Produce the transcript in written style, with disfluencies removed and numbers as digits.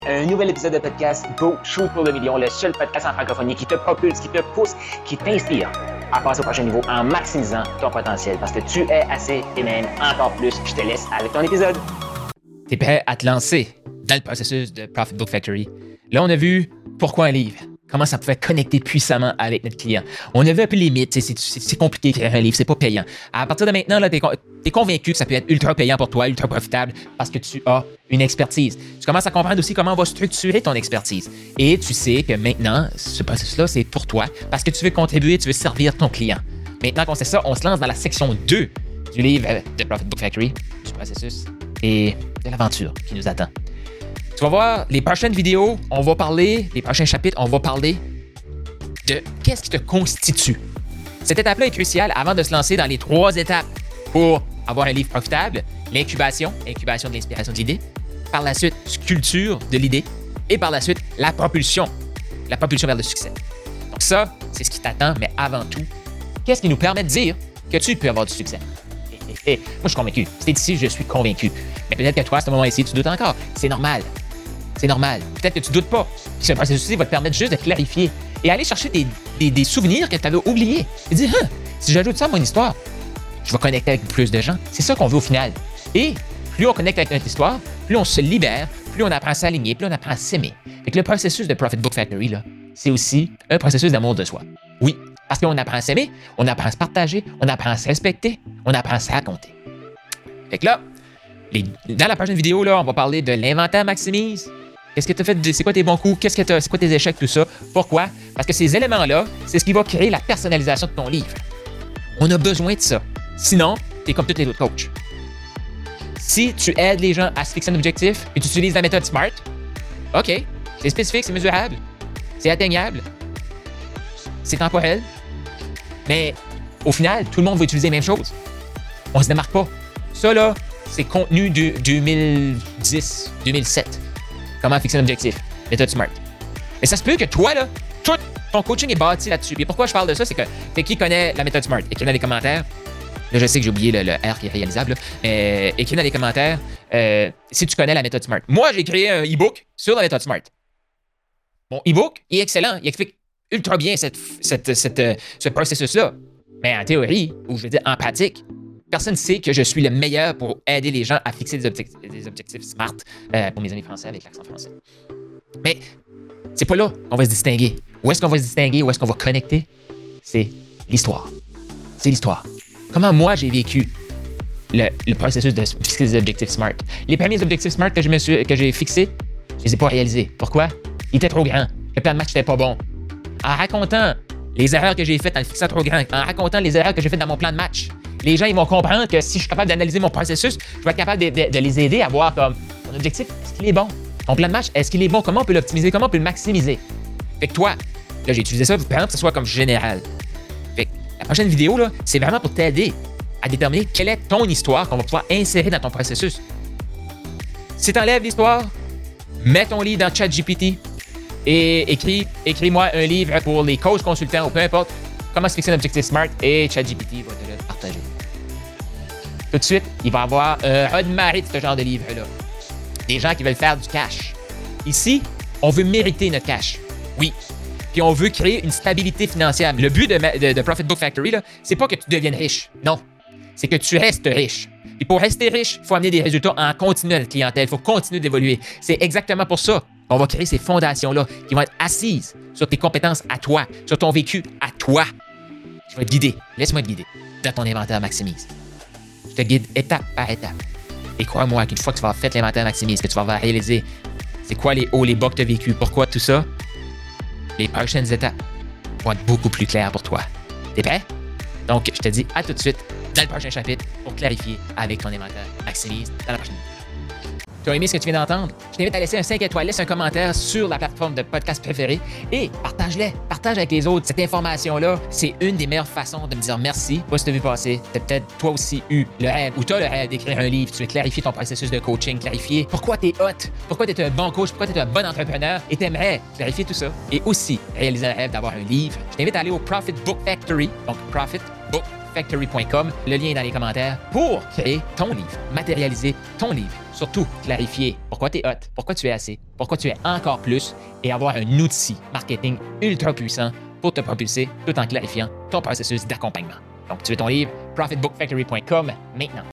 Un nouvel épisode de podcast Go Shoot pour le million, le seul podcast en francophonie qui te propulse, qui te pousse, qui t'inspire à passer au prochain niveau en maximisant ton potentiel parce que tu es assez et même encore plus. Je te laisse avec ton épisode. T'es prêt à te lancer dans le processus de Profit Book Factory. Là, on a vu pourquoi un livre, comment ça pouvait connecter puissamment avec notre client. On a vu un peu les mythes, c'est compliqué d'écrire un livre, c'est pas payant. À partir de maintenant, t'es convaincu que ça peut être ultra payant pour toi, ultra profitable, parce que tu as une expertise. Tu commences à comprendre aussi comment on va structurer ton expertise. Et tu sais que maintenant, ce processus-là, c'est pour toi, parce que tu veux contribuer, tu veux servir ton client. Maintenant qu'on sait ça, on se lance dans la section 2 du livre de Profit Book Factory, du processus et de l'aventure qui nous attend. Tu vas voir, les prochaines vidéos, les prochains chapitres, on va parler de qu'est-ce qui te constitue. Cette étape-là est cruciale avant de se lancer dans les 3 étapes pour avoir un livre profitable. L'incubation de l'inspiration de l'idée. Par la suite, sculpture de l'idée. Et par la suite, la propulsion vers le succès. Donc ça, c'est ce qui t'attend, mais avant tout, qu'est-ce qui nous permet de dire que tu peux avoir du succès? Moi, je suis convaincu. Si t'es ici, je suis convaincu. Mais peut-être que toi, à ce moment-ci, tu doutes encore. C'est normal. C'est normal. Peut-être que tu doutes pas. Ce processus va te permettre juste de clarifier et aller chercher des souvenirs que tu avais oubliés. Et dire, si j'ajoute ça à mon histoire, je vais connecter avec plus de gens. C'est ça qu'on veut au final. Et plus on connecte avec notre histoire, plus on se libère, plus on apprend à s'aligner, plus on apprend à s'aimer. Fait que le processus de Profit Book Factory, là, c'est aussi un processus d'amour de soi. Oui, parce qu'on apprend à s'aimer, on apprend à se partager, on apprend à se respecter, on apprend à se raconter. Fait que là, dans la prochaine vidéo, là, on va parler de l'inventaire maximise. Qu'est-ce que tu as fait? C'est quoi tes bons coups? C'est quoi tes échecs? Tout ça. Pourquoi? Parce que ces éléments-là, c'est ce qui va créer la personnalisation de ton livre. On a besoin de ça. Sinon, tu es comme tous les autres coachs. Si tu aides les gens à se fixer un objectif et tu utilises la méthode SMART, OK, c'est spécifique, c'est mesurable, c'est atteignable, c'est temporel, mais au final, tout le monde va utiliser les mêmes choses. On ne se démarque pas. Ça, là, c'est contenu de 2010-2007. Comment fixer un objectif? Méthode SMART. Mais ça se peut que toi, là, tout ton coaching est bâti là-dessus. Et pourquoi je parle de ça, c'est que qui connaît la méthode SMART? Écris dans les commentaires. Là, je sais que j'ai oublié le R qui est réalisable. Écris dans les commentaires si tu connais la méthode SMART. Moi, j'ai créé un e-book sur la méthode SMART. Mon e-book est excellent. Il explique ultra bien ce processus-là. Mais en théorie, ou je veux dire en pratique, personne ne sait que je suis le meilleur pour aider les gens à fixer des objectifs SMART pour mes amis français avec l'accent français. Mais c'est pas là qu'on va se distinguer. Où est-ce qu'on va se distinguer? Où est-ce qu'on va connecter? C'est l'histoire. C'est l'histoire. Comment moi j'ai vécu le processus de fixer des objectifs SMART. Les premiers objectifs SMART que j'ai fixés, je les ai pas réalisés. Pourquoi? Ils étaient trop grands. Le plan de match n'était pas bon. En racontant les erreurs que j'ai faites en le fixant trop grand, en racontant les erreurs que j'ai faites dans mon plan de match, les gens ils vont comprendre que si je suis capable d'analyser mon processus, je vais être capable de les aider à voir comme ton objectif, est-ce qu'il est bon? Ton plan de match, est-ce qu'il est bon? Comment on peut l'optimiser? Comment on peut le maximiser? Fait que toi, là j'ai utilisé ça pour que ce soit comme général. Fait que la prochaine vidéo, là, c'est vraiment pour t'aider à déterminer quelle est ton histoire qu'on va pouvoir insérer dans ton processus. Si tu enlèves l'histoire, mets ton livre dans ChatGPT et écris-moi un livre pour les coachs consultants ou peu importe comment se fixer un objectif SMART et ChatGPT va te le partager. Tout de suite, il va y avoir un raz-de-marée de ce genre de livre-là. Des gens qui veulent faire du cash. Ici, on veut mériter notre cash. Oui. Puis on veut créer une stabilité financière. Le but de Profit Book Factory, là, c'est pas que tu deviennes riche. Non. C'est que tu restes riche. Et pour rester riche, il faut amener des résultats en continuant notre clientèle. Il faut continuer d'évoluer. C'est exactement pour ça qu'on va créer ces fondations-là qui vont être assises sur tes compétences à toi, sur ton vécu à toi. Je vais te guider. Laisse-moi te guider dans ton inventaire maximise. Je te guide étape par étape. Et crois-moi qu'une fois que tu vas avoir fait l'inventaire maximise, que tu vas avoir réalisé c'est quoi les hauts, les bas que tu as vécu, pourquoi tout ça, les prochaines étapes vont être beaucoup plus claires pour toi. T'es prêt? Donc, je te dis à tout de suite dans le prochain chapitre pour clarifier avec ton inventaire maximise dans la prochaine vidéo. Tu as aimé ce que tu viens d'entendre? Je t'invite à laisser un 5 étoiles, laisse un commentaire sur la plateforme de podcast préférée et partage-les. Partage avec les autres. Cette information-là, c'est une des meilleures façons de me dire merci. Pas si tu as vu passer. Tu as peut-être toi aussi eu le rêve ou tu as le rêve d'écrire un livre. Tu veux clarifier ton processus de coaching, clarifier pourquoi tu es hot, pourquoi tu es un bon coach, pourquoi tu es un bon entrepreneur et tu aimerais clarifier tout ça. Et aussi réaliser un rêve d'avoir un livre. Je t'invite à aller au Profit Book Factory, donc Profit Book profitbookfactory.com. Le lien est dans les commentaires pour créer ton livre, matérialiser ton livre. Surtout, clarifier pourquoi tu es hot, pourquoi tu es assez, pourquoi tu es encore plus et avoir un outil marketing ultra puissant pour te propulser tout en clarifiant ton processus d'accompagnement. Donc, tu veux ton livre, profitbookfactory.com maintenant.